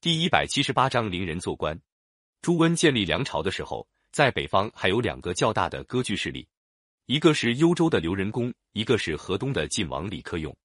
第178章伶人做官。朱温建立梁朝的时候，在北方还有2个较大的割据势力，一个是幽州的刘仁恭，一个是河东的晋王李克用。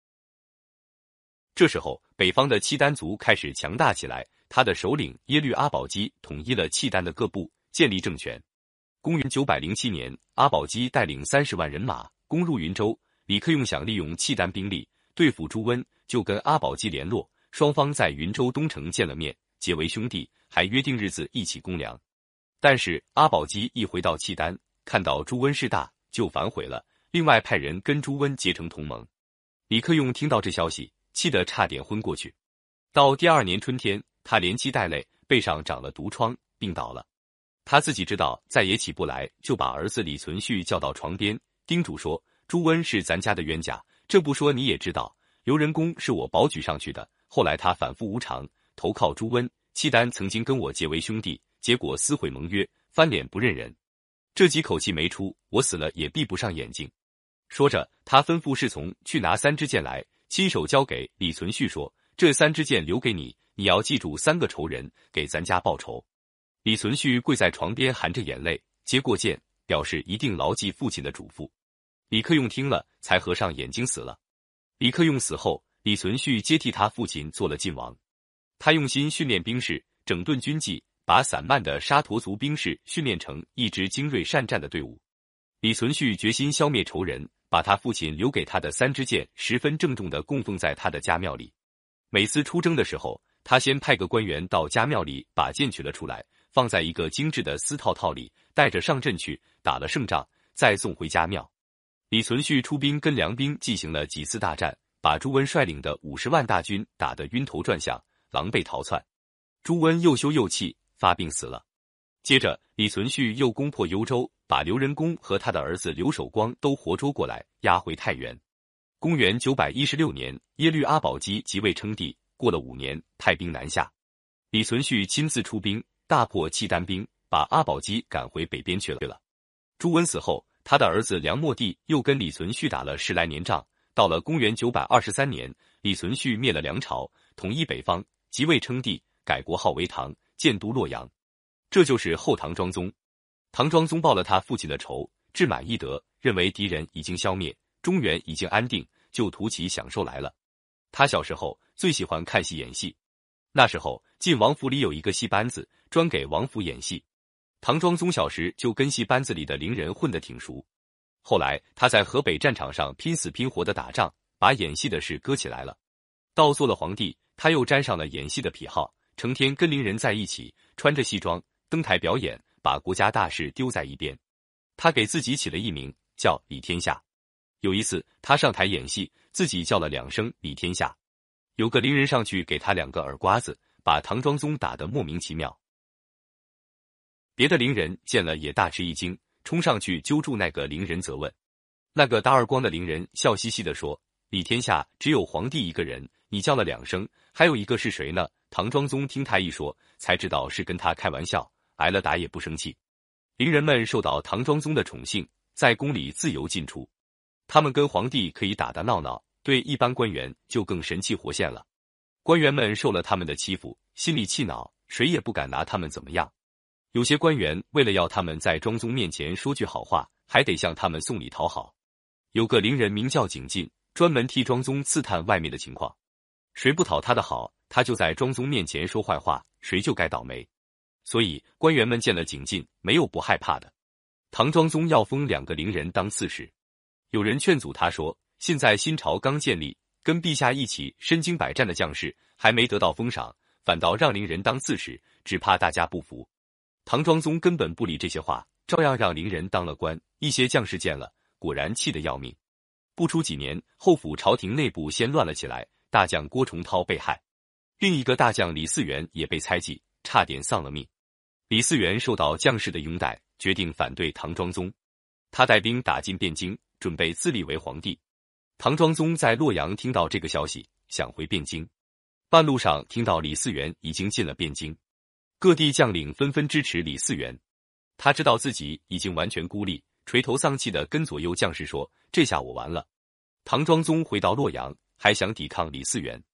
这时候，北方的契丹族开始强大起来，他的首领耶律阿保机统一了契丹的各部，建立政权。公元907年，阿保机带领30万人马攻入云州，李克用想利用契丹兵力对付朱温，就跟阿保机联络，双方在云州东城见了面，结为兄弟，还约定日子一起攻梁。但是阿保机一回到契丹，看到朱温势大，就反悔了，另外派人跟朱温结成同盟。李克用听到这消息，气得差点昏过去。到第2年春天，他连妻带泪，背上长了毒疮，病倒了。他自己知道再也起不来，就把儿子李存勖叫到床边，叮嘱说：朱温是咱家的冤家，这不说你也知道，刘仁恭是我保举上去的，后来他反复无常，投靠朱温，契丹曾经跟我结为兄弟，结果撕毁盟约，翻脸不认人。这几口气没出，我死了也闭不上眼睛。说着，他吩咐侍从去拿3支箭来，亲手交给李存勖说：这3支箭留给你，你要记住3个仇人，给咱家报仇。李存勖跪在床边含着眼泪接过剑，表示一定牢记父亲的嘱咐。李克用听了，才合上眼睛死了。李克用死后，李存勖接替他父亲做了晋王。他用心训练兵士，整顿军纪，把散漫的沙陀族兵士训练成一支精锐善战的队伍。李存勖决心消灭仇人，把他父亲留给他的3支箭十分郑重地供奉在他的家庙里。每次出征的时候，他先派个官员到家庙里把剑取了出来，放在一个精致的丝套里，带着上阵去，打了胜仗，再送回家庙。李存勖出兵跟梁兵进行了几次大战，把朱温率领的50万大军打得晕头转向，狼狈逃窜。朱温又羞又气，发病死了。接着，李存勖又攻破幽州，把刘仁恭和他的儿子刘守光都活捉过来，押回太原。公元916年，耶律阿保机即位称帝，过了5年，派兵南下。李存勖亲自出兵，大破契丹兵，把阿保机赶回北边去了。朱温死后，他的儿子梁末帝又跟李存勖打了10来年仗。到了公元923年，李存勖灭了梁朝，统一北方，即位称帝，改国号为唐，建都洛阳。这就是后唐庄宗。唐庄宗报了他父亲的仇，志满意得，认为敌人已经消灭，中原已经安定，就图起享受来了。他小时候最喜欢看戏演戏，那时候晋王府里有一个戏班子，专给王府演戏。唐庄宗小时就跟戏班子里的伶人混得挺熟。后来他在河北战场上拼死拼活的打仗，把演戏的事搁起来了。到做了皇帝，他又沾上了演戏的癖好，成天跟伶人在一起，穿着戏装登台表演，把国家大事丢在一边。他给自己起了艺名叫李天下。有一次他上台演戏，自己叫了2声李天下，有个伶人上去给他2个耳刮子，把唐庄宗打得莫名其妙。别的伶人见了也大吃一惊，冲上去揪住那个伶人责问。那个打耳光的伶人笑嘻嘻地说：李天下只有皇帝一个人，你叫了2声，还有一个是谁呢？唐庄宗听他一说，才知道是跟他开玩笑，挨了打也不生气。伶人们受到唐庄宗的宠幸，在宫里自由进出，他们跟皇帝可以打打闹闹，对一般官员就更神气活现了。官员们受了他们的欺负，心里气恼，谁也不敢拿他们怎么样。有些官员为了要他们在庄宗面前说句好话，还得向他们送礼讨好。有个伶人名叫景进，专门替庄宗刺探外面的情况，谁不讨他的好，他就在庄宗面前说坏话，谁就该倒霉。所以官员们见了景进，没有不害怕的。唐庄宗要封2个伶人当刺史，有人劝阻他说：现在新朝刚建立，跟陛下一起身经百战的将士还没得到封赏，反倒让伶人当刺史，只怕大家不服。唐庄宗根本不理这些话，照样让伶人当了官。一些将士见了，果然气得要命。不出几年，后府朝廷内部先乱了起来，大将郭崇韬被害，另一个大将李嗣源也被猜忌，差点丧了命。李嗣源受到将士的拥戴，决定反对唐庄宗。他带兵打进汴京，准备自立为皇帝。唐庄宗在洛阳听到这个消息，想回汴京，半路上听到李嗣源已经进了汴京，各地将领纷纷支持李嗣源。他知道自己已经完全孤立，垂头丧气地跟左右将士说：这下我完了。唐庄宗回到洛阳，还想抵抗李嗣源。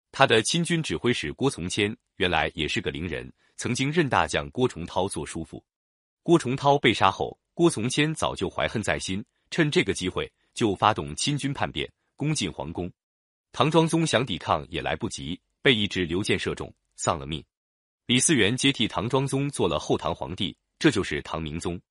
他的亲军指挥使郭从谦原来也是个伶人，曾经任大将郭崇韬做叔父。郭崇韬被杀后，郭从谦早就怀恨在心，趁这个机会就发动亲军叛变，攻进皇宫。唐庄宗想抵抗也来不及，被一支流箭射中，丧了命。李嗣源接替唐庄宗做了后唐皇帝，这就是唐明宗。